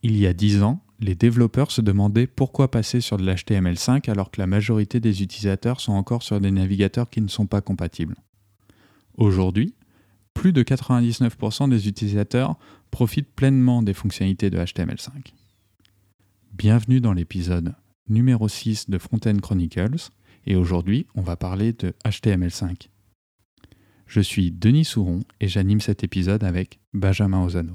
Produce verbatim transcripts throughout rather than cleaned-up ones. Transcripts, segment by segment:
Il y a dix ans, les développeurs se demandaient pourquoi passer sur de l'H T M L cinq alors que la majorité des utilisateurs sont encore sur des navigateurs qui ne sont pas compatibles. Aujourd'hui, plus de quatre-vingt-dix-neuf pour cent des utilisateurs profitent pleinement des fonctionnalités de H T M L cinq. Bienvenue dans l'épisode numéro six de Front-End Chronicles, et aujourd'hui, on va parler de H T M L cinq. Je suis Denis Souron et j'anime cet épisode avec Benjamin Ozano.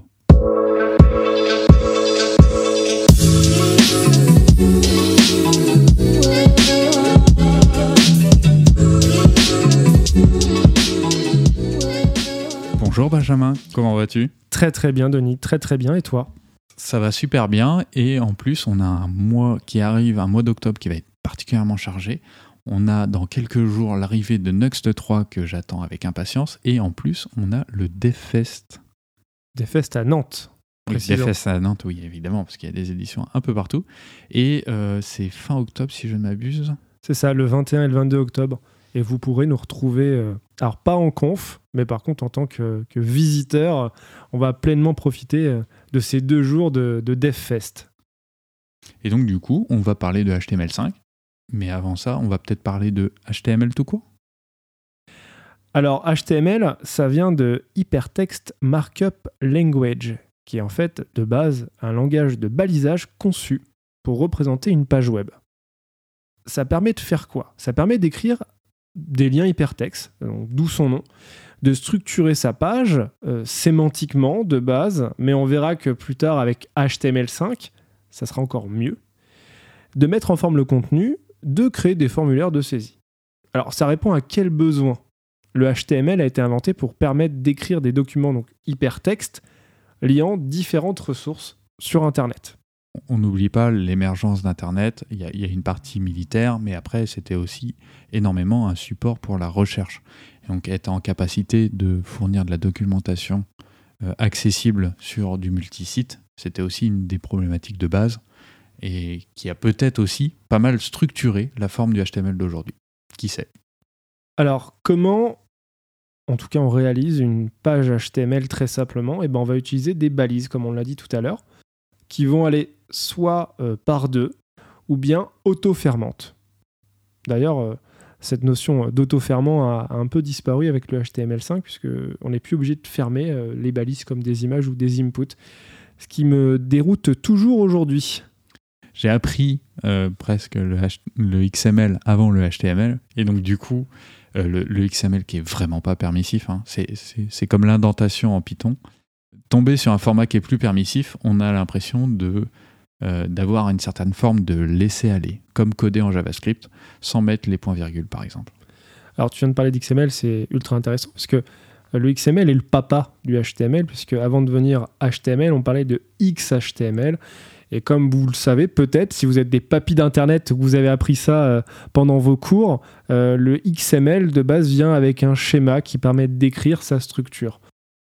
Bonjour Benjamin, comment vas-tu ? Très très bien Denis, très très bien, et toi ? Ça va super bien, et en plus on a un mois qui arrive, un mois d'octobre qui va être particulièrement chargé. On a dans quelques jours l'arrivée de Nuxt trois que j'attends avec impatience, et en plus on a le DevFest. DevFest à Nantes. Oui, DevFest à Nantes, oui évidemment, parce qu'il y a des éditions un peu partout. Et euh, c'est fin octobre si je ne m'abuse. C'est ça, le vingt et un et le vingt-deux octobre. Et vous pourrez nous retrouver, euh, alors pas en conf, mais par contre en tant que, que visiteur, on va pleinement profiter euh, de ces deux jours de, de DevFest. Et donc du coup, on va parler de H T M L cinq, mais avant ça, on va peut-être parler de H T M L tout court. Alors H T M L, ça vient de Hypertext Markup Language, qui est en fait de base un langage de balisage conçu pour représenter une page web. Ça permet de faire quoi ? Ça permet d'écrire des liens hypertextes, donc d'où son nom, de structurer sa page euh, sémantiquement de base, mais on verra que plus tard avec H T M L cinq, ça sera encore mieux, de mettre en forme le contenu, de créer des formulaires de saisie. Alors ça répond à quel besoin ? Le H T M L a été inventé pour permettre d'écrire des documents donc hypertextes liant différentes ressources sur Internet. On n'oublie pas l'émergence d'Internet, il y, a, il y a une partie militaire, mais après c'était aussi énormément un support pour la recherche. Et donc être en capacité de fournir de la documentation euh, accessible sur du multisite, c'était aussi une des problématiques de base et qui a peut-être aussi pas mal structuré la forme du H T M L d'aujourd'hui. Qui sait ? Alors comment, en tout cas on réalise une page H T M L très simplement ? Eh ben, on va utiliser des balises, comme on l'a dit tout à l'heure, qui vont aller soit euh, par deux, ou bien auto-fermentes. D'ailleurs, euh, cette notion d'auto-ferment a, a un peu disparu avec le H T M L cinq, puisqu'on n'est plus obligé de fermer euh, les balises comme des images ou des inputs, ce qui me déroute toujours aujourd'hui. J'ai appris euh, presque le, H- le X M L avant le H T M L, et donc du coup, euh, le, le X M L qui est vraiment pas permissif, hein, c'est, c'est, c'est comme l'indentation en Python. Tomber sur un format qui est plus permissif, on a l'impression de, euh, d'avoir une certaine forme de laisser-aller, comme coder en JavaScript, sans mettre les points-virgules, par exemple. Alors, tu viens de parler d'X M L, c'est ultra intéressant, parce que le X M L est le papa du H T M L, puisque avant de devenir H T M L, on parlait de X H T M L. Et comme vous le savez, peut-être, si vous êtes des papis d'Internet, que vous avez appris ça euh, pendant vos cours, euh, le X M L, de base, vient avec un schéma qui permet de décrire sa structure.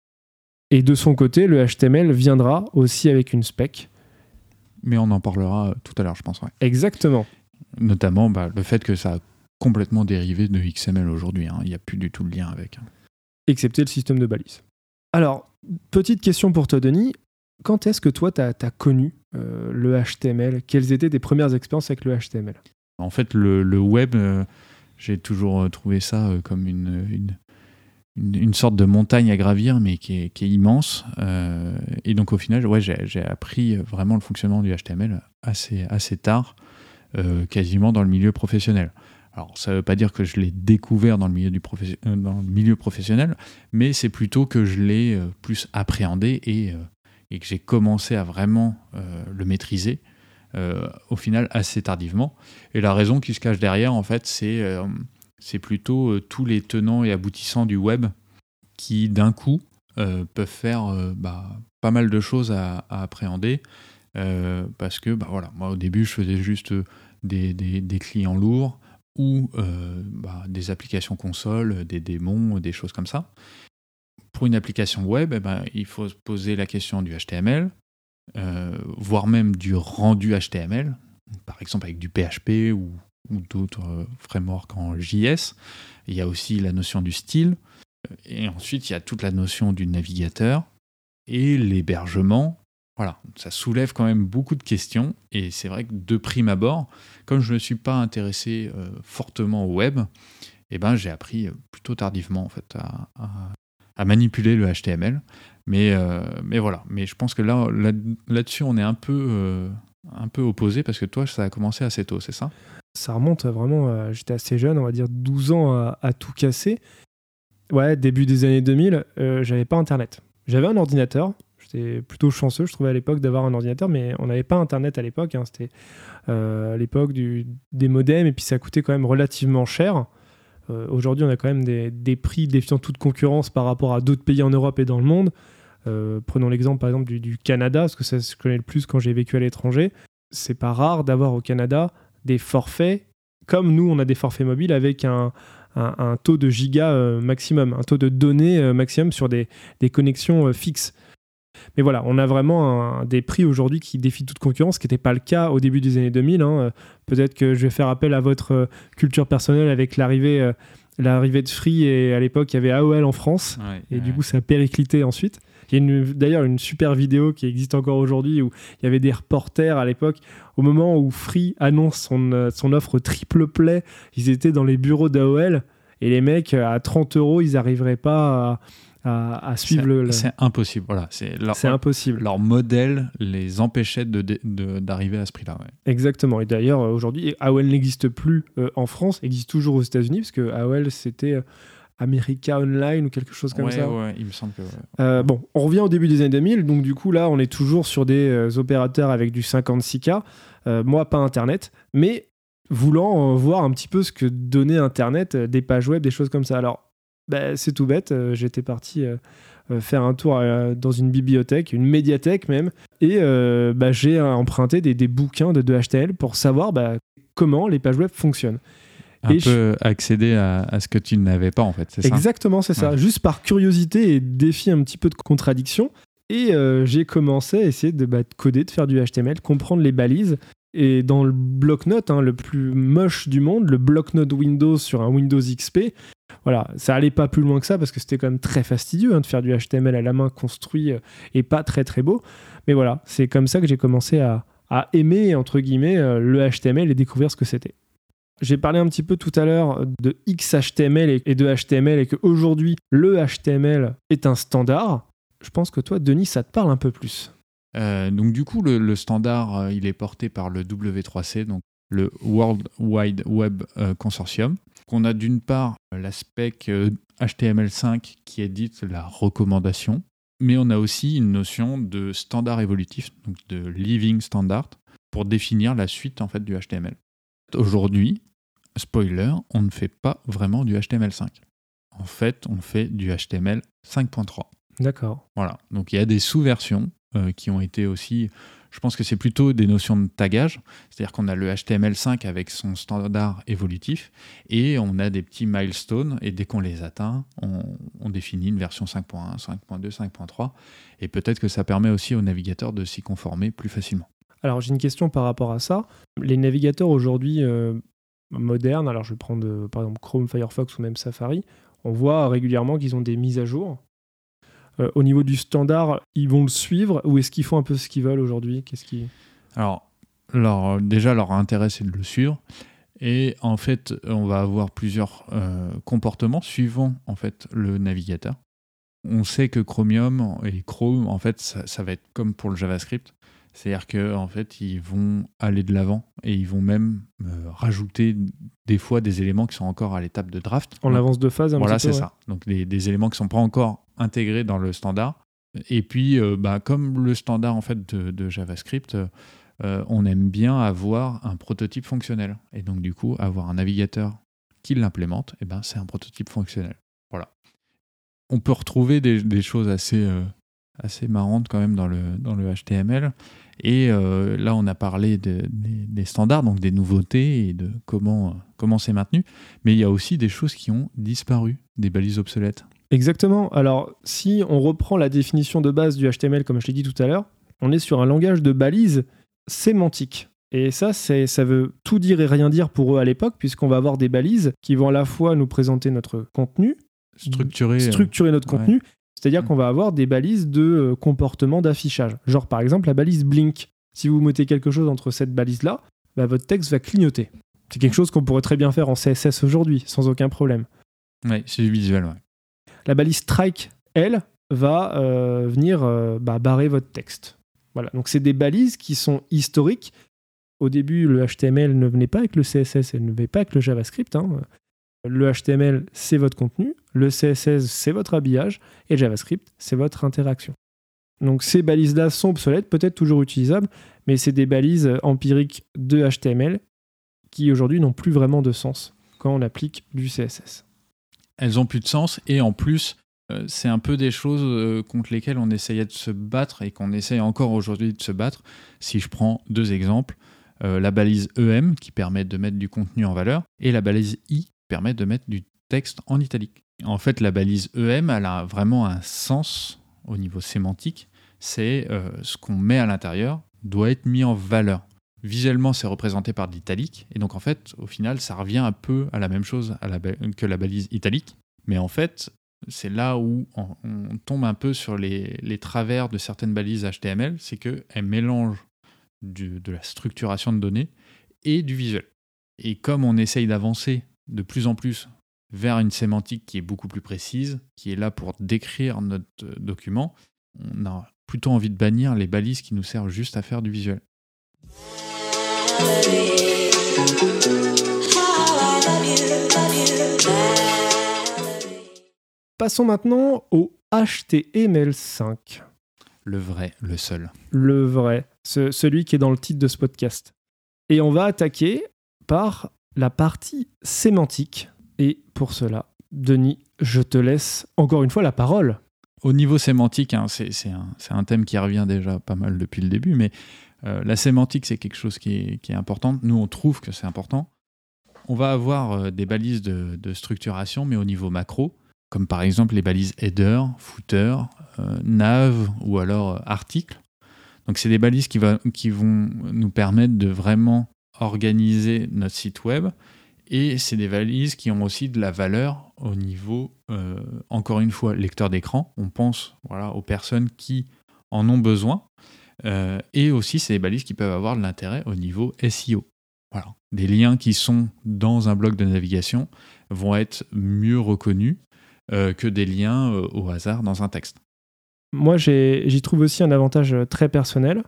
Et de son côté, le H T M L viendra aussi avec une spec. Mais on en parlera tout à l'heure, je pense. Ouais. Exactement. Notamment bah, le fait que ça a complètement dérivé de X M L aujourd'hui. Hein. Il n'y a plus du tout le lien avec. Excepté le système de balises. Alors, petite question pour toi, Denis. Quand est-ce que toi, tu as connu euh, le H T M L ? Quelles étaient tes premières expériences avec le H T M L ? En fait, le, le web, euh, j'ai toujours trouvé ça euh, comme une... une... Une, une sorte de montagne à gravir, mais qui est, qui est immense. Euh, et donc, au final, ouais, j'ai, j'ai appris vraiment le fonctionnement du H T M L assez, assez tard, euh, quasiment dans le milieu professionnel. Alors, ça ne veut pas dire que je l'ai découvert dans le milieu, du professe- euh, dans le milieu professionnel, mais c'est plutôt que je l'ai euh, plus appréhendé et, euh, et que j'ai commencé à vraiment euh, le maîtriser, euh, au final, assez tardivement. Et la raison qui se cache derrière, en fait, c'est... Euh, c'est plutôt euh, tous les tenants et aboutissants du web qui, d'un coup, euh, peuvent faire euh, bah, pas mal de choses à, à appréhender. Euh, parce que, bah, voilà, moi, au début, je faisais juste des, des, des clients lourds ou euh, bah, des applications console, des démons, des choses comme ça. Pour une application web, eh ben, il faut se poser la question du H T M L, euh, voire même du rendu H T M L, par exemple avec du P H P ou ou d'autres frameworks en J S. Il y a aussi la notion du style. Et ensuite, il y a toute la notion du navigateur et l'hébergement Voilà, ça soulève quand même beaucoup de questions, et c'est vrai que de prime abord, comme je ne me suis pas intéressé euh, fortement au web, eh ben, j'ai appris plutôt tardivement en fait, à, à, à manipuler le H T M L. Mais, euh, mais voilà, mais je pense que là, là, là-dessus, on est un peu, euh, un peu opposés, parce que toi, ça a commencé assez tôt, c'est ça ? Ça remonte vraiment, euh, j'étais assez jeune, on va dire douze ans à, à tout casser. Ouais, début des années deux mille, euh, j'avais pas Internet. J'avais un ordinateur. J'étais plutôt chanceux, je trouvais, à l'époque, d'avoir un ordinateur, mais on n'avait pas Internet à l'époque. Hein. C'était euh, à l'époque du, des modems, et puis ça coûtait quand même relativement cher. Euh, aujourd'hui, on a quand même des, des prix défiant toute concurrence par rapport à d'autres pays en Europe et dans le monde. Euh, prenons l'exemple, par exemple, du, du Canada, parce que ça se connaît le plus quand j'ai vécu à l'étranger. C'est pas rare d'avoir au Canada des forfaits, comme nous, on a des forfaits mobiles avec un, un, un taux de giga euh, maximum, un taux de données euh, maximum sur des, des connexions euh, fixes. Mais voilà, on a vraiment un, des prix aujourd'hui qui défient toute concurrence, ce qui n'était pas le cas au début des années deux mille. Hein. Peut-être que je vais faire appel à votre euh, culture personnelle avec l'arrivée, euh, l'arrivée de Free, et à l'époque, il y avait A O L en France, Ouais, et ouais. du coup, ça a périclité ensuite. Il y a une, d'ailleurs une super vidéo qui existe encore aujourd'hui où il y avait des reporters à l'époque, au moment où Free annonce son, son offre triple play, ils étaient dans les bureaux d'A O L, et les mecs, à trente euros, ils n'arriveraient pas à, à, à suivre c'est, le, le... C'est impossible, voilà. C'est, leur, c'est impossible. Leur modèle les empêchait de, de, de, d'arriver à ce prix-là. Ouais. Exactement. Et d'ailleurs, aujourd'hui, A O L n'existe plus euh, en France, existe toujours aux États-Unis, parce que A O L, c'était... Euh, America Online ou quelque chose comme ouais, ça. Ouais, il me semble que... Ouais. Euh, bon, on revient au début des années deux mille, donc du coup, là, on est toujours sur des euh, opérateurs avec du cinquante-six K. Euh, moi, pas Internet, mais voulant euh, voir un petit peu ce que donnait Internet, euh, des pages web, des choses comme ça. Alors, bah, c'est tout bête. Euh, j'étais parti euh, euh, faire un tour euh, dans une bibliothèque, une médiathèque même, et euh, bah, j'ai emprunté des, des bouquins de, de H T M L pour savoir bah, comment les pages web fonctionnent. Un et peu je... accéder à, à ce que tu n'avais pas, en fait, c'est Exactement, ça Exactement, c'est ça. Ouais. Juste par curiosité et défi un petit peu de contradiction. Et euh, j'ai commencé à essayer de, bah, de coder, de faire du H T M L, comprendre les balises. Et dans le bloc-notes, hein, le plus moche du monde, le bloc-notes Windows sur un Windows X P, voilà, ça allait pas plus loin que ça, parce que c'était quand même très fastidieux hein, de faire du H T M L à la main construit euh, et pas très très beau. Mais voilà, c'est comme ça que j'ai commencé à, à aimer, entre guillemets, euh, le H T M L et découvrir ce que c'était. J'ai parlé un petit peu tout à l'heure de X H T M L et de H T M L, et qu'aujourd'hui, le H T M L est un standard. Je pense que toi, Denis, ça te parle un peu plus. Euh, donc du coup, le, le standard, euh, il est porté par le W trois C, donc le World Wide Web euh, Consortium. On a d'une part la spec euh, H T M L cinq qui est dite la recommandation, mais on a aussi une notion de standard évolutif, donc de living standard, pour définir la suite en fait du H T M L. Aujourd'hui, spoiler, on ne fait pas vraiment du H T M L cinq. En fait, on fait du H T M L cinq point trois. D'accord. Voilà. Donc il y a des sous-versions euh, qui ont été aussi... Je pense que c'est plutôt des notions de tagage. C'est-à-dire qu'on a le H T M L cinq avec son standard évolutif, et on a des petits milestones, et dès qu'on les atteint, on, on définit une version cinq point un, cinq point deux, cinq point trois. Et peut-être que ça permet aussi aux navigateurs de s'y conformer plus facilement. Alors, j'ai une question par rapport à ça. Les navigateurs aujourd'hui euh, modernes, alors je vais prendre euh, par exemple Chrome, Firefox ou même Safari, on voit régulièrement qu'ils ont des mises à jour. Euh, au niveau du standard, ils vont le suivre, ou est-ce qu'ils font un peu ce qu'ils veulent aujourd'hui ? Qu'est-ce qui... Alors, leur, déjà, leur intérêt, c'est de le suivre. Et en fait, on va avoir plusieurs euh, comportements suivant en fait, le navigateur. On sait que Chromium et Chrome, en fait, ça, ça va être comme pour le JavaScript. C'est-à-dire qu'en fait, ils vont aller de l'avant, et ils vont même euh, rajouter des fois des éléments qui sont encore à l'étape de draft. En Donc, avance de phase un voilà, petit peu. c'est ouais. ça. Donc des, des éléments qui ne sont pas encore intégrés dans le standard. Et puis, euh, bah, comme le standard en fait, de, de JavaScript, euh, on aime bien avoir un prototype fonctionnel. Et donc, du coup, avoir un navigateur qui l'implémente, eh ben, c'est un prototype fonctionnel. Voilà. On peut retrouver des, des choses assez... Euh, assez marrante quand même dans le, dans le H T M L. Et euh, là, on a parlé de, des, des standards, donc des nouveautés et de comment, euh, comment c'est maintenu. Mais il y a aussi des choses qui ont disparu, des balises obsolètes. Exactement. Alors, si on reprend la définition de base du H T M L, comme je l'ai dit tout à l'heure, on est sur un langage de balises sémantique. Et ça, c'est, ça veut tout dire et rien dire pour eux à l'époque, puisqu'on va avoir des balises qui vont à la fois nous présenter notre contenu, Structurer, structurer notre euh, contenu, ouais. C'est-à-dire mmh. qu'on va avoir des balises de euh, comportement d'affichage. Genre par exemple la balise blink. Si vous mettez quelque chose entre cette balise-là, bah, votre texte va clignoter. C'est quelque chose qu'on pourrait très bien faire en C S S aujourd'hui, sans aucun problème. Oui, c'est du visuel, ouais. La balise strike, elle, va euh, venir euh, bah, barrer votre texte. Voilà. Donc c'est des balises qui sont historiques. Au début, le H T M L ne venait pas avec le C S S, elle ne venait pas avec le JavaScript. Hein. Le H T M L, c'est votre contenu. Le C S S, c'est votre habillage. Et JavaScript, c'est votre interaction. Donc ces balises-là sont obsolètes, peut-être toujours utilisables, mais c'est des balises empiriques de H T M L qui aujourd'hui n'ont plus vraiment de sens quand on applique du C S S. Elles ont plus de sens et en plus, euh, c'est un peu des choses euh, contre lesquelles on essayait de se battre et qu'on essaye encore aujourd'hui de se battre. Si je prends deux exemples, euh, la balise E M qui permet de mettre du contenu en valeur et la balise I qui permet de mettre du texte en italique. En fait, la balise E M, elle a vraiment un sens au niveau sémantique. C'est euh, ce qu'on met à l'intérieur doit être mis en valeur. Visuellement, c'est représenté par de l'italique. Et donc, en fait, au final, ça revient un peu à la même chose à la ba- que la balise italique. Mais en fait, c'est là où on, on tombe un peu sur les, les travers de certaines balises H T M L. C'est qu'elles mélangent du, de la structuration de données et du visuel. Et comme on essaye d'avancer de plus en plus vers une sémantique qui est beaucoup plus précise, qui est là pour décrire notre document, on a plutôt envie de bannir les balises qui nous servent juste à faire du visuel. Passons maintenant au H T M L cinq. Le vrai, le seul. Le vrai, ce, celui qui est dans le titre de ce podcast. Et on va attaquer par la partie sémantique. Et pour cela, Denis, je te laisse encore une fois la parole. Au niveau sémantique, hein, c'est, c'est, un, c'est un thème qui revient déjà pas mal depuis le début, mais euh, la sémantique, c'est quelque chose qui est, qui est important. Nous, on trouve que c'est important. On va avoir euh, des balises de, de structuration, mais au niveau macro, comme par exemple les balises header, footer, euh, nav ou alors euh, article. Donc, c'est des balises qui, va, qui vont nous permettre de vraiment organiser notre site web. Et c'est des balises qui ont aussi de la valeur au niveau, euh, encore une fois, lecteur d'écran. On pense voilà, aux personnes qui en ont besoin. Euh, et aussi, c'est des balises qui peuvent avoir de l'intérêt au niveau S E O. Voilà. Des liens qui sont dans un bloc de navigation vont être mieux reconnus euh, que des liens euh, au hasard dans un texte. Moi, j'ai, j'y trouve aussi un avantage très personnel.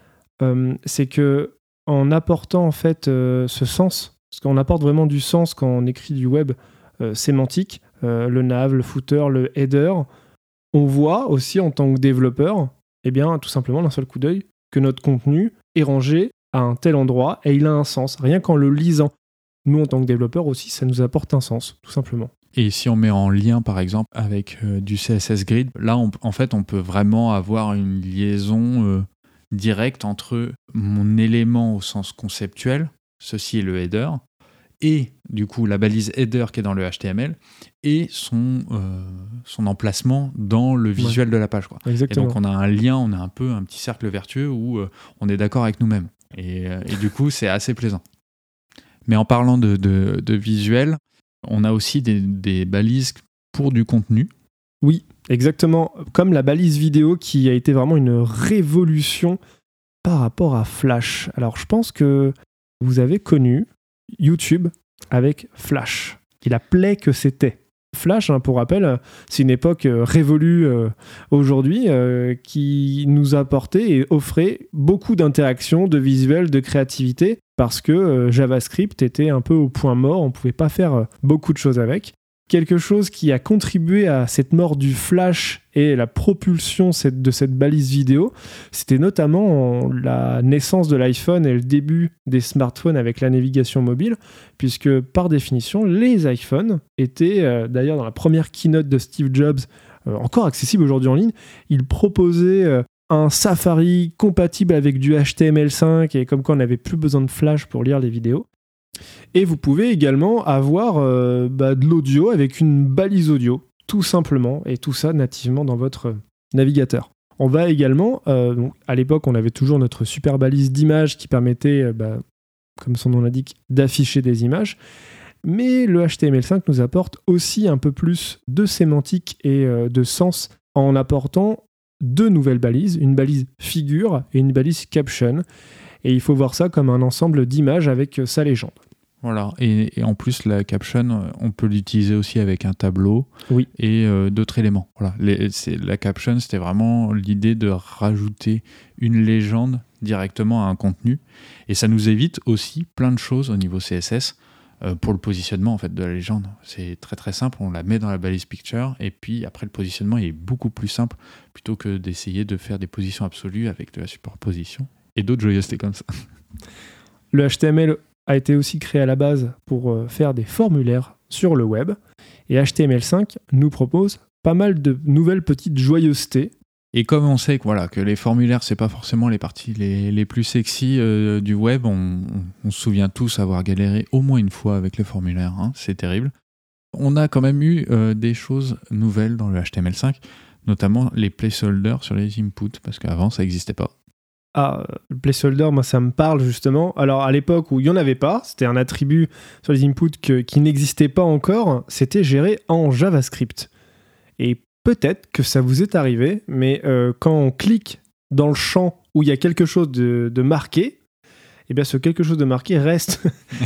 Euh, c'est que en apportant en fait euh, ce sens, parce qu'on apporte vraiment du sens quand on écrit du web euh, sémantique, euh, le nav, le footer, le header, on voit aussi en tant que développeur, eh bien, tout simplement d'un seul coup d'œil, que notre contenu est rangé à un tel endroit et il a un sens, rien qu'en le lisant. Nous, en tant que développeurs aussi, ça nous apporte un sens, tout simplement. Et si on met en lien, par exemple, avec euh, du C S S Grid, là, on, en fait, on peut vraiment avoir une liaison euh, directe entre mon élément au sens conceptuel, ceci est le header, et du coup la balise header qui est dans le H T M L, et son, euh, son emplacement dans le visuel ouais. de la page. Quoi. Exactement. Et donc on a un lien, on a un peu un petit cercle vertueux où euh, on est d'accord avec nous-mêmes. Et, euh, et du coup, c'est assez plaisant. Mais en parlant de, de, de visuel, on a aussi des, des balises pour du contenu. Oui, exactement. Comme la balise vidéo qui a été vraiment une révolution par rapport à Flash. Alors, je pense que vous avez connu YouTube avec Flash et la plaie que c'était. Flash, hein, pour rappel, c'est une époque euh, révolue euh, aujourd'hui euh, qui nous apportait et offrait beaucoup d'interactions, de visuels, de créativité parce que euh, JavaScript était un peu au point mort, on ne pouvait pas faire euh, beaucoup de choses avec. Quelque chose qui a contribué à cette mort du Flash et la propulsion de cette balise vidéo, c'était notamment la naissance de l'iPhone et le début des smartphones avec la navigation mobile, puisque par définition, les iPhones étaient, euh, d'ailleurs dans la première keynote de Steve Jobs, euh, encore accessible aujourd'hui en ligne, il proposait euh, un Safari compatible avec du H T M L cinq, et comme quoi on n'avait plus besoin de Flash pour lire les vidéos. Et vous pouvez également avoir euh, bah, de l'audio avec une balise audio, tout simplement, et tout ça nativement dans votre navigateur. On va également, euh, donc à l'époque, on avait toujours notre super balise d'images qui permettait, euh, bah, comme son nom l'indique, d'afficher des images. Mais le H T M L cinq nous apporte aussi un peu plus de sémantique et euh, de sens en apportant deux nouvelles balises, une balise figure et une balise caption. Et il faut voir ça comme un ensemble d'images avec sa légende. Voilà, et, et en plus la caption, on peut l'utiliser aussi avec un tableau oui. et euh, d'autres éléments. Voilà. Les, c'est, la caption, c'était vraiment l'idée de rajouter une légende directement à un contenu, et ça nous évite aussi plein de choses au niveau C S S euh, pour le positionnement en fait, de la légende. C'est très très simple, on la met dans la balise picture, et puis après le positionnement est beaucoup plus simple, plutôt que d'essayer de faire des positions absolues avec de la superposition et d'autres joyeusetés comme ça. Le H T M L a été aussi créé à la base pour faire des formulaires sur le web. Et H T M L cinq nous propose pas mal de nouvelles petites joyeusetés. Et comme on sait que, voilà, que les formulaires, c'est pas forcément les parties les, les plus sexy euh, du web, on, on, on se souvient tous avoir galéré au moins une fois avec les formulaires. Hein, c'est terrible. On a quand même eu euh, des choses nouvelles dans le H T M L cinq, notamment les placeholders sur les inputs, parce qu'avant, ça n'existait pas. Ah, le placeholder, moi ça me parle justement. Alors à l'époque où il n'y en avait pas, c'était un attribut sur les inputs que, qui n'existait pas encore, c'était géré en JavaScript. Et peut-être que ça vous est arrivé, mais euh, quand on clique dans le champ où il y a quelque chose de, de marqué, eh bien ce quelque chose de marqué reste.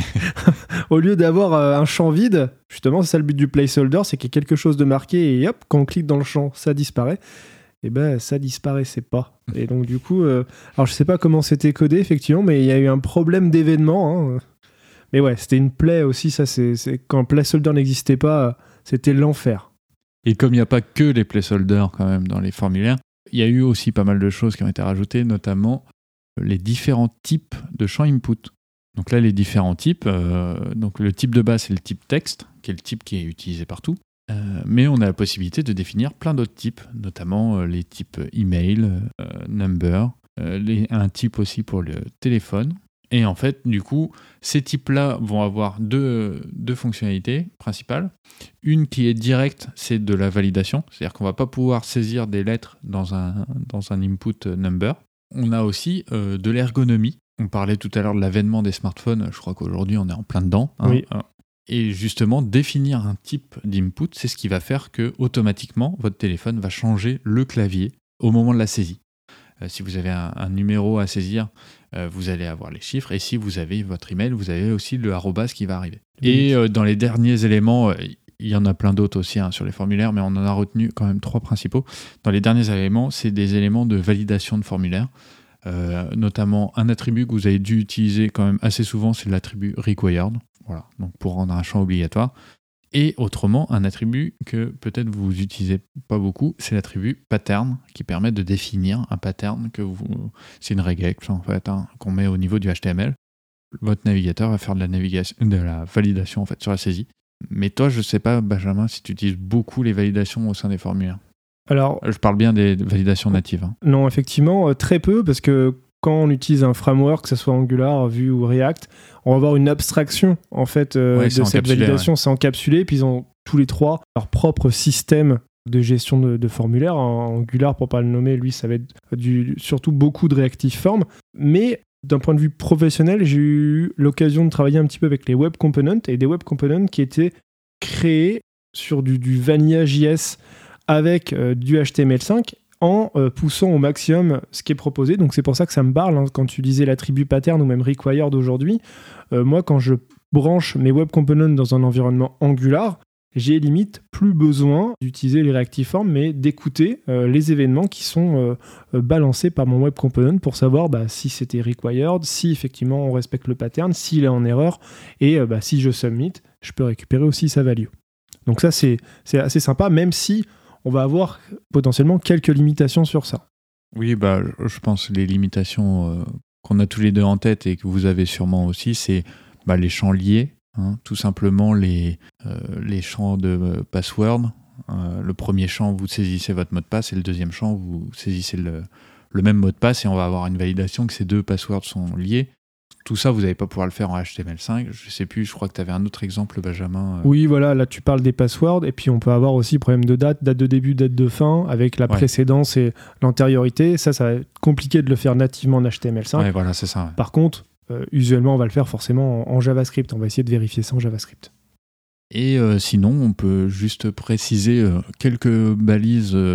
Au lieu d'avoir euh, un champ vide, justement c'est ça le but du placeholder, c'est qu'il y ait quelque chose de marqué et hop, quand on clique dans le champ, ça disparaît. Et eh ben ça disparaissait pas. Et donc du coup, euh, alors je sais pas comment c'était codé effectivement, mais il y a eu un problème d'événement. Hein. Mais ouais, c'était une plaie aussi, ça c'est, c'est quand placeholder n'existait pas, c'était l'enfer. Et comme il n'y a pas que les placeholders quand même dans les formulaires, il y a eu aussi pas mal de choses qui ont été rajoutées, notamment les différents types de champs input. Donc là, les différents types, euh, donc le type de base c'est le type texte, qui est le type qui est utilisé partout. Euh, mais on a la possibilité de définir plein d'autres types, notamment euh, les types email, euh, number, euh, les, un type aussi pour le téléphone. Et en fait, du coup, ces types-là vont avoir deux, deux fonctionnalités principales. Une qui est directe, c'est de la validation, c'est-à-dire qu'on ne va pas pouvoir saisir des lettres dans un, dans un input number. On a aussi euh, de l'ergonomie. On parlait tout à l'heure de l'avènement des smartphones, je crois qu'aujourd'hui on est en plein dedans. Hein. Oui. Et justement, définir un type d'input, c'est ce qui va faire que automatiquement, votre téléphone va changer le clavier au moment de la saisie. Euh, si vous avez un, un numéro à saisir, euh, vous allez avoir les chiffres. Et si vous avez votre email, vous avez aussi le arrobas qui va arriver. Oui. Et euh, dans les derniers éléments, euh, il y en a plein d'autres aussi hein, sur les formulaires, mais on en a retenu quand même trois principaux. Dans les derniers éléments, c'est des éléments de validation de formulaire. Euh, notamment un attribut que vous avez dû utiliser quand même assez souvent, c'est l'attribut required. Voilà, donc pour rendre un champ obligatoire. Et autrement, un attribut que peut-être vous n'utilisez pas beaucoup, c'est l'attribut pattern qui permet de définir un pattern que vous, c'est une regex en fait, hein, qu'on met au niveau du H T M L. Votre navigateur va faire de la navigation, de la validation en fait sur la saisie. Mais toi, je ne sais pas, Benjamin, si tu utilises beaucoup les validations au sein des formulaires. Alors, je parle bien des validations natives. Hein. Non, effectivement, euh, très peu, parce que quand on utilise un framework, que ce soit Angular, Vue ou React, on va avoir une abstraction en fait euh, ouais, de cette validation, ouais. C'est encapsulé, puis ils ont tous les trois leur propre système de gestion de, de formulaire. En Angular, pour pas le nommer, lui, ça va être du, surtout beaucoup de reactive form. Mais d'un point de vue professionnel, j'ai eu l'occasion de travailler un petit peu avec les web components et des web components qui étaient créés sur du, du Vanilla J S avec euh, du H T M L cinq en euh, poussant au maximum ce qui est proposé. Donc c'est pour ça que ça me parle, hein, quand tu disais l'attribut pattern ou même required aujourd'hui. Euh, moi, quand je branche mes web components dans un environnement Angular, j'ai limite plus besoin d'utiliser les reactive forms, mais d'écouter euh, les événements qui sont euh, euh, balancés par mon web component pour savoir bah, si c'était required, si effectivement on respecte le pattern, s'il est en erreur, et euh, bah, si je submit, je peux récupérer aussi sa value. Donc ça, c'est, c'est assez sympa, même si on va avoir potentiellement quelques limitations sur ça. Oui, bah, je pense que les limitations euh, qu'on a tous les deux en tête et que vous avez sûrement aussi, c'est bah, les champs liés, hein, tout simplement les, euh, les champs de euh, password. Euh, le premier champ, vous saisissez votre mot de passe et le deuxième champ, vous saisissez le, le même mot de passe et on va avoir une validation que ces deux passwords sont liés. Tout ça, vous n'allez pas pouvoir le faire en H T M L cinq. Je ne sais plus, je crois que tu avais un autre exemple, Benjamin. Euh... Oui, voilà, là tu parles des passwords, et puis on peut avoir aussi problème de date, date de début, date de fin, avec la ouais. précédence et l'antériorité. Ça, ça va être compliqué de le faire nativement en H T M L cinq. Ouais, voilà, c'est ça. Ouais. Par contre, euh, usuellement, on va le faire forcément en, en JavaScript. On va essayer de vérifier ça en JavaScript. Et euh, sinon, on peut juste préciser euh, quelques balises euh,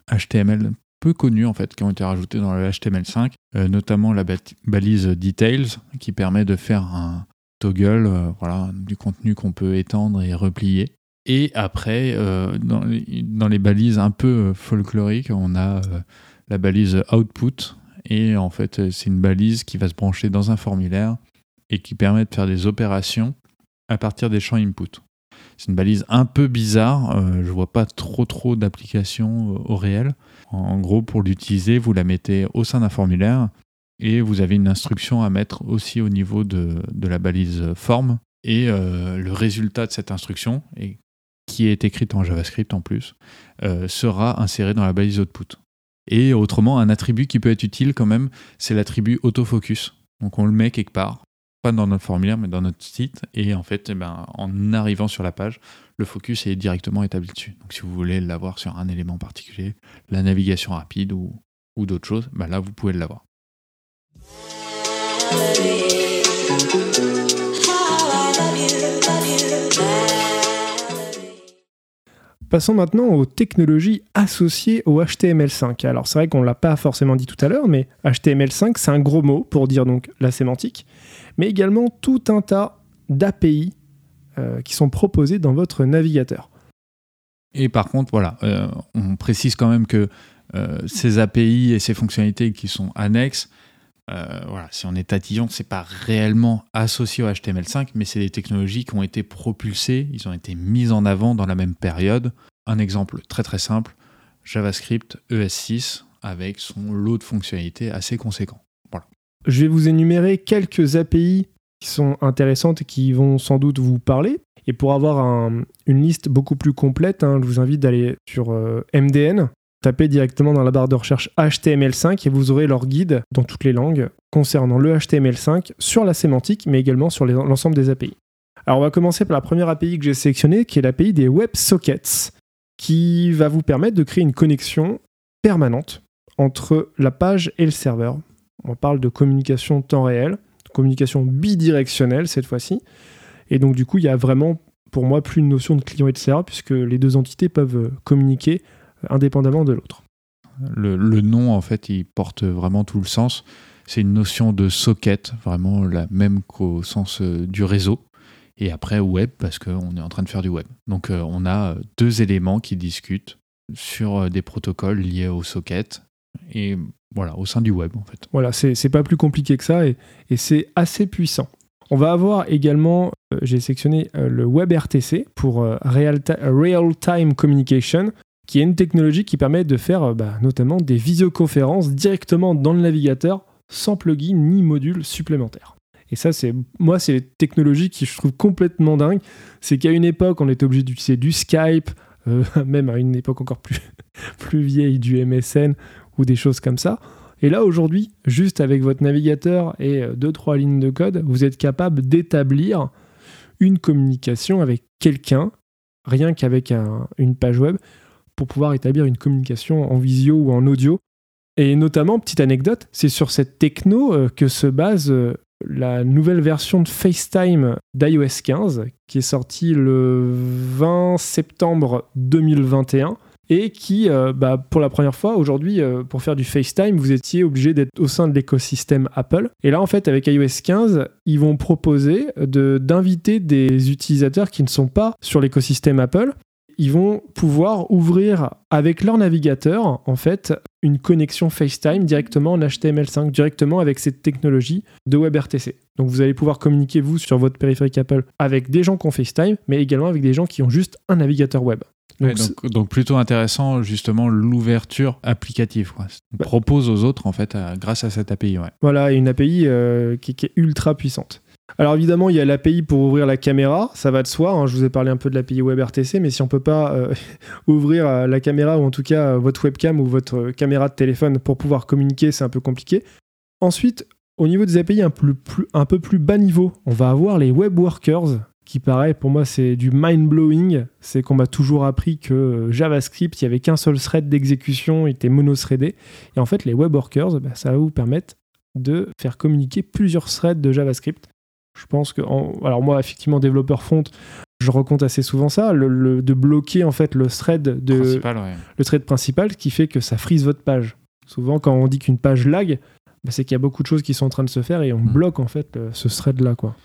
H T M L peu connus en fait, qui ont été rajoutés dans le H T M L cinq, euh, notamment la ba- balise Details, qui permet de faire un toggle euh, voilà, du contenu qu'on peut étendre et replier. Et après, euh, dans, les, dans les balises un peu folkloriques, on a euh, la balise Output. Et en fait, c'est une balise qui va se brancher dans un formulaire et qui permet de faire des opérations à partir des champs input. C'est une balise un peu bizarre. Euh, je ne vois pas trop trop d'applications au réel. En gros, pour l'utiliser, vous la mettez au sein d'un formulaire et vous avez une instruction à mettre aussi au niveau de, de la balise form. Et euh, le résultat de cette instruction, et qui est écrite en JavaScript en plus, euh, sera inséré dans la balise output. Et autrement, un attribut qui peut être utile quand même, c'est l'attribut autofocus. Donc on le met quelque part, pas dans notre formulaire, mais dans notre site. Et en fait, eh ben, en arrivant sur la page, le focus est directement établi dessus. Donc si vous voulez l'avoir sur un élément particulier, la navigation rapide ou, ou d'autres choses, ben là, vous pouvez l'avoir. Passons maintenant aux technologies associées au H T M L cinq. Alors c'est vrai qu'on ne l'a pas forcément dit tout à l'heure, mais H T M L cinq, c'est un gros mot pour dire donc la sémantique, mais également tout un tas d'A P I euh, qui sont proposés dans votre navigateur. Et par contre, voilà, euh, on précise quand même que euh, ces A P I et ces fonctionnalités qui sont annexes, euh, voilà, si on est tatillon, c'est pas réellement associé au H T M L cinq, mais c'est des technologies qui ont été propulsées, ils ont été mises en avant dans la même période. Un exemple très très simple, JavaScript E S six avec son lot de fonctionnalités assez conséquent. Voilà. Je vais vous énumérer quelques A P I qui sont intéressantes et qui vont sans doute vous parler. Et pour avoir un, une liste beaucoup plus complète, hein, je vous invite d'aller sur euh, M D N, tapez directement dans la barre de recherche H T M L cinq et vous aurez leur guide dans toutes les langues concernant le H T M L cinq sur la sémantique, mais également sur les, l'ensemble des A P I. Alors on va commencer par la première A P I que j'ai sélectionnée, qui est l'A P I des WebSockets, qui va vous permettre de créer une connexion permanente entre la page et le serveur. On parle de communication temps réel, communication bidirectionnelle cette fois-ci. Et donc du coup, il y a vraiment, pour moi, plus une notion de client et de serveur, puisque les deux entités peuvent communiquer indépendamment de l'autre. Le, le nom, en fait, il porte vraiment tout le sens. C'est une notion de socket, vraiment la même qu'au sens euh, du réseau. Et après, web, parce qu'on est en train de faire du web. Donc, euh, on a deux éléments qui discutent sur euh, des protocoles liés au socket. Et voilà, au sein du web, en fait. Voilà, c'est, c'est pas plus compliqué que ça, et, et c'est assez puissant. On va avoir également, euh, j'ai sélectionné euh, le WebRTC pour euh, Real, ta- Real Time Communication, qui est une technologie qui permet de faire euh, bah, notamment des visioconférences directement dans le navigateur sans plugin ni module supplémentaire. Et ça, c'est, moi, c'est les technologies qui je trouve complètement dingues. C'est qu'à une époque, on était obligé d'utiliser du Skype, euh, même à une époque encore plus, plus vieille, du M S N ou des choses comme ça. Et là, aujourd'hui, juste avec votre navigateur et deux trois lignes de code, vous êtes capable d'établir une communication avec quelqu'un, rien qu'avec un, une page web, pour pouvoir établir une communication en visio ou en audio. Et notamment, petite anecdote, c'est sur cette techno euh, que se base euh, la nouvelle version de FaceTime d'i O S quinze, qui est sortie le vingt septembre deux mille vingt et un, et qui, euh, bah, pour la première fois, aujourd'hui, euh, pour faire du FaceTime, vous étiez obligé d'être au sein de l'écosystème Apple. Et là, en fait, avec i O S quinze, ils vont proposer de, d'inviter des utilisateurs qui ne sont pas sur l'écosystème Apple. Ils vont pouvoir ouvrir avec leur navigateur, en fait, une connexion FaceTime directement en H T M L cinq, directement avec cette technologie de WebRTC. Donc vous allez pouvoir communiquer, vous, sur votre périphérique Apple, avec des gens qui ont FaceTime, mais également avec des gens qui ont juste un navigateur web. Donc, ouais, donc, donc plutôt intéressant, justement, l'ouverture applicative, quoi. On bah, propose aux autres, en fait, à, grâce à cette A P I. Ouais. Voilà, une A P I euh, qui, qui est ultra puissante. Alors évidemment, il y a l'A P I pour ouvrir la caméra, ça va de soi, hein, je vous ai parlé un peu de l'A P I WebRTC, mais si on ne peut pas euh, ouvrir euh, la caméra, ou en tout cas euh, votre webcam ou votre euh, caméra de téléphone pour pouvoir communiquer, c'est un peu compliqué. Ensuite, au niveau des A P I un, plus, plus, un peu plus bas niveau, on va avoir les web workers, qui paraît, pour moi, c'est du mind-blowing. C'est qu'on m'a toujours appris que JavaScript, il n'y avait qu'un seul thread d'exécution, il était mono-threadé. Et en fait, les web workers, bah, ça va vous permettre de faire communiquer plusieurs threads de JavaScript. Je pense que, en... alors moi, effectivement, développeur front, Je raconte assez souvent ça, le, le, de bloquer en fait le thread, de, principal, ouais. le thread principal, ce qui fait que ça frise votre page. Souvent, quand on dit qu'une page lag, bah, c'est qu'il y a beaucoup de choses qui sont en train de se faire et on mmh. bloque en fait le, ce thread-là, quoi.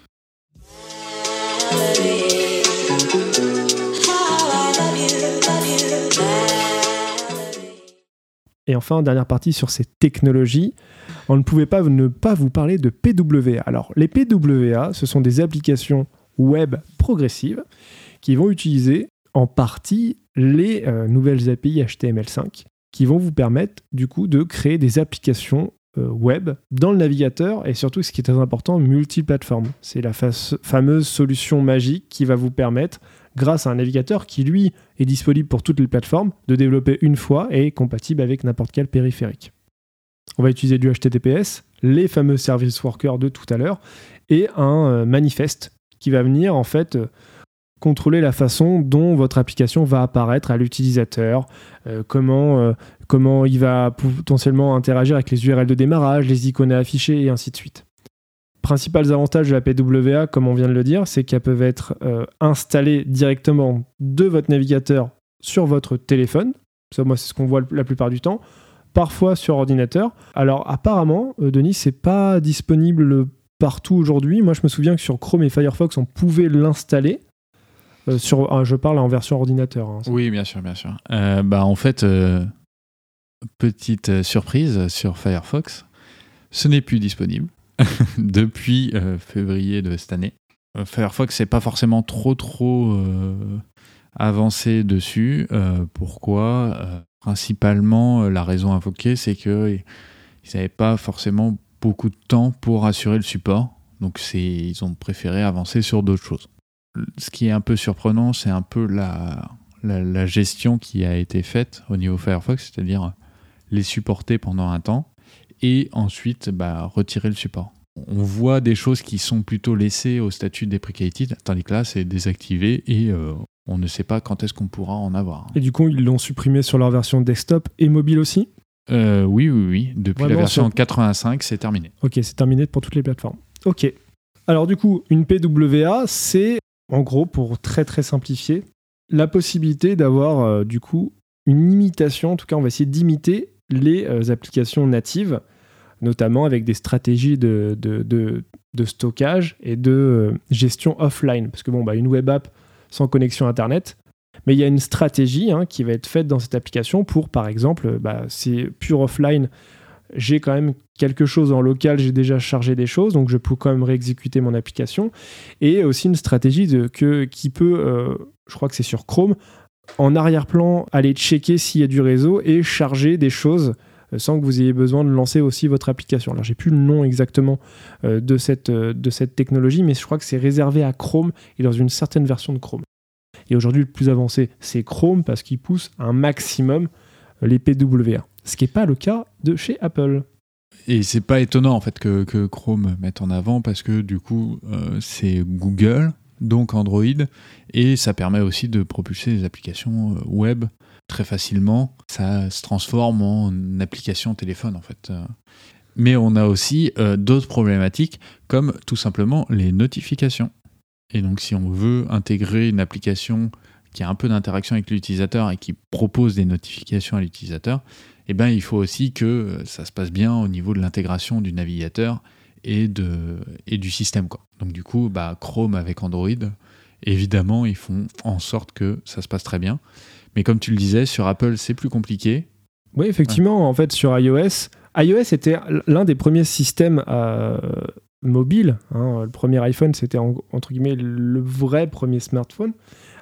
Et enfin, dernière partie sur ces technologies, on ne pouvait pas ne pas vous parler de P W A. Alors, les P W A, ce sont des applications web progressives qui vont utiliser en partie les euh, nouvelles A P I H T M L cinq qui vont vous permettre du coup de créer des applications euh, web dans le navigateur et surtout, ce qui est très important, multiplateforme. C'est la fa- fameuse solution magique qui va vous permettre, grâce à un navigateur qui lui est disponible pour toutes les plateformes, de développer une fois et est compatible avec n'importe quel périphérique. On va utiliser du H T T P S, les fameux service workers de tout à l'heure et un euh, manifeste qui va venir en fait euh, contrôler la façon dont votre application va apparaître à l'utilisateur, euh, comment, euh, comment il va potentiellement interagir avec les U R L de démarrage, les icônes à afficher et ainsi de suite. Principaux avantages de la P W A, comme on vient de le dire, c'est qu'elles peuvent être euh, installées directement de votre navigateur sur votre téléphone. Ça, moi, c'est ce qu'on voit la plupart du temps. Parfois sur ordinateur. Alors apparemment, euh, Denis, c'est pas disponible partout aujourd'hui. Moi, je me souviens que sur Chrome et Firefox, on pouvait l'installer. Euh, sur, ah, je parle en version ordinateur. Hein, oui, bien sûr, bien sûr. Euh, bah, en fait, euh, petite surprise sur Firefox, ce n'est plus disponible depuis euh, février de cette année. Euh, Firefox n'est pas forcément trop, trop euh, avancé dessus. Euh, pourquoi euh, Principalement, la raison invoquée, c'est qu'ils n'avaient pas forcément beaucoup de temps pour assurer le support. Donc, c'est, ils ont préféré avancer sur d'autres choses. Ce qui est un peu surprenant, c'est un peu la, la, la gestion qui a été faite au niveau Firefox, c'est-à-dire les supporter pendant un temps et ensuite bah, retirer le support. On voit des choses qui sont plutôt laissées au statut deprecated, tandis que là, c'est désactivé et euh, on ne sait pas quand est-ce qu'on pourra en avoir. Et du coup, ils l'ont supprimé sur leur version desktop et mobile aussi ? euh, Oui, oui, oui. Depuis Vraiment, la version c'est... quatre-vingt-cinq, c'est terminé. Ok, c'est terminé pour toutes les plateformes. Ok. Alors du coup, une P W A, c'est, en gros, pour très très simplifier, la possibilité d'avoir euh, du coup une imitation, en tout cas, on va essayer d'imiter les euh, applications natives, notamment avec des stratégies de, de, de, de stockage et de euh, gestion offline. Parce que bon, bah, une web app sans connexion Internet, mais il y a une stratégie hein, qui va être faite dans cette application pour, par exemple, bah, c'est pure offline, j'ai quand même quelque chose en local, j'ai déjà chargé des choses, donc je peux quand même réexécuter mon application, et aussi une stratégie de, que, qui peut, euh, je crois que c'est sur Chrome, en arrière-plan, aller checker s'il y a du réseau et charger des choses sans que vous ayez besoin de lancer aussi votre application. Alors, j'ai plus le nom exactement euh, de, cette, euh, de cette technologie, mais je crois que c'est réservé à Chrome et dans une certaine version de Chrome. Et aujourd'hui, le plus avancé, c'est Chrome parce qu'il pousse un maximum les P W A. Ce qui n'est pas le cas de chez Apple. Et c'est pas étonnant en fait que, que Chrome mette en avant parce que du coup, euh, c'est Google, donc Android, et ça permet aussi de propulser des applications web très facilement. Ça se transforme en application téléphone en fait. Mais on a aussi euh, d'autres problématiques comme tout simplement les notifications. Et donc si on veut intégrer une application qui a un peu d'interaction avec l'utilisateur et qui propose des notifications à l'utilisateur, eh ben, il faut aussi que ça se passe bien au niveau de l'intégration du navigateur et, de, et du système, quoi. Donc du coup, bah, Chrome avec Android, évidemment, ils font en sorte que ça se passe très bien. Mais comme tu le disais, sur Apple, c'est plus compliqué. Oui, effectivement, ouais. En fait, sur iOS, iOS était l'un des premiers systèmes euh, mobiles. Hein. Le premier iPhone, c'était en, entre guillemets le vrai premier smartphone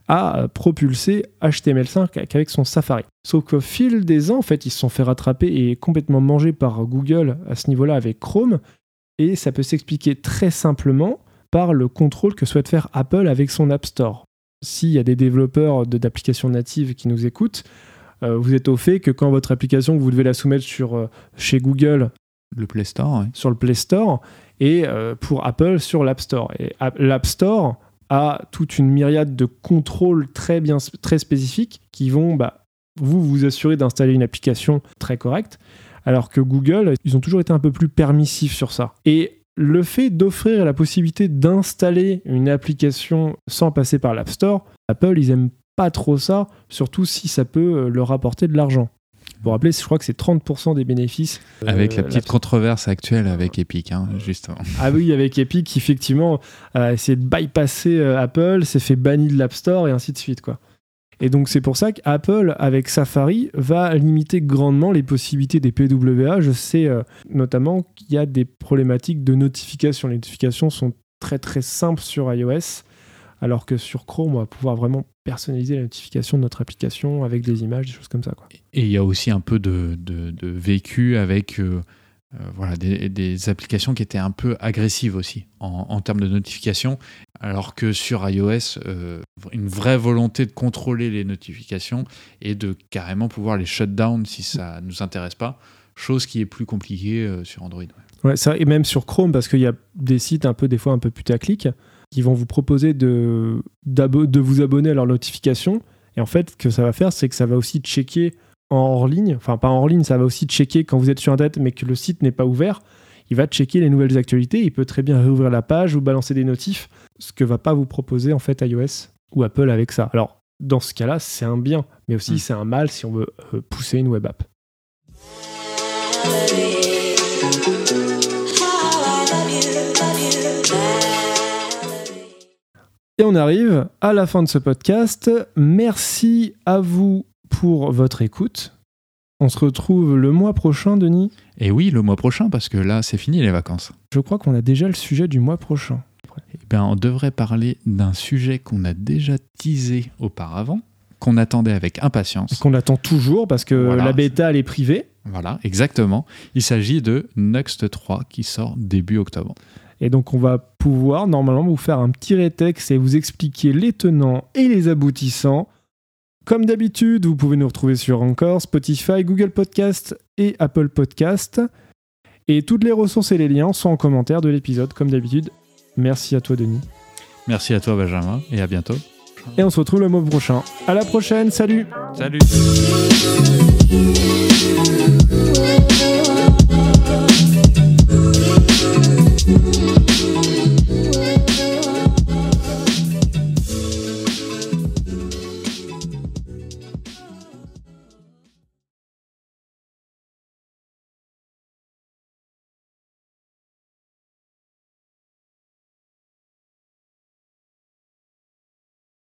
à propulser H T M L cinq avec son Safari. Sauf qu'au fil des ans, en fait, ils se sont fait rattraper et complètement manger par Google à ce niveau-là avec Chrome. Et ça peut s'expliquer très simplement par le contrôle que souhaite faire Apple avec son App Store. S'il y a des développeurs de, d'applications natives qui nous écoutent, euh, vous êtes au fait que quand votre application, vous devez la soumettre sur, euh, chez Google, le Play Store, ouais. sur le Play Store, et euh, pour Apple sur l'App Store. Et l'App Store a toute une myriade de contrôles très, bien, très spécifiques qui vont bah, vous vous assurer d'installer une application très correcte, alors que Google, ils ont toujours été un peu plus permissifs sur ça. Et le fait d'offrir la possibilité d'installer une application sans passer par l'App Store, Apple, ils aiment pas trop ça, surtout si ça peut leur apporter de l'argent. Pour rappeler, je crois que c'est trente pour cent des bénéfices. Avec euh, la petite la... controverse actuelle avec Epic, hein, justement. Ah oui, avec Epic, qui effectivement a essayé de bypasser euh, Apple, s'est fait bannir de l'App Store et ainsi de suite, quoi. Et donc c'est pour ça qu'Apple, avec Safari, va limiter grandement les possibilités des P W A. Je sais euh, notamment qu'il y a des problématiques de notification. Les notifications sont très très simples sur iOS, alors que sur Chrome, on va pouvoir vraiment personnaliser la notification de notre application avec des images, des choses comme ça, quoi. Et il y a aussi un peu de, de, de vécu avec euh, euh, voilà, des, des applications qui étaient un peu agressives aussi en, en termes de notifications, alors que sur iOS, euh, une vraie volonté de contrôler les notifications et de carrément pouvoir les shut down si ça ne nous intéresse pas, chose qui est plus compliquée euh, sur Android. Ouais. Ouais, ça, et même sur Chrome, parce qu'il y a des sites un peu, des fois un peu putaclic, qui vont vous proposer de, de vous abonner à leurs notifications. Et en fait, ce que ça va faire, c'est que ça va aussi checker en hors ligne, enfin pas en hors ligne, ça va aussi checker quand vous êtes sur Internet mais que le site n'est pas ouvert. Il va checker les nouvelles actualités, il peut très bien réouvrir la page ou balancer des notifs, ce que va pas vous proposer en fait iOS ou Apple avec ça. Alors, dans ce cas-là, c'est un bien, mais aussi mmh. c'est un mal si on veut euh, pousser une web app. Et on arrive à la fin de ce podcast. Merci à vous pour votre écoute. On se retrouve le mois prochain, Denis. Et oui, le mois prochain, parce que là, c'est fini les vacances. Je crois qu'on a déjà le sujet du mois prochain. Eh bien, on devrait parler d'un sujet qu'on a déjà teasé auparavant, qu'on attendait avec impatience. Et qu'on attend toujours, parce que voilà. La bêta, elle est privée. Voilà, exactement. Il s'agit de Nuxt trois qui sort début octobre. Et donc, on va pouvoir normalement vous faire un petit rétexte et vous expliquer les tenants et les aboutissants. Comme d'habitude, vous pouvez nous retrouver sur Anchor, Spotify, Google Podcast et Apple Podcast. Et toutes les ressources et les liens sont en commentaire de l'épisode, comme d'habitude. Merci à toi, Denis. Merci à toi, Benjamin, et à bientôt. Et on se retrouve le mois prochain. À la prochaine, salut. Salut. We'll be right back.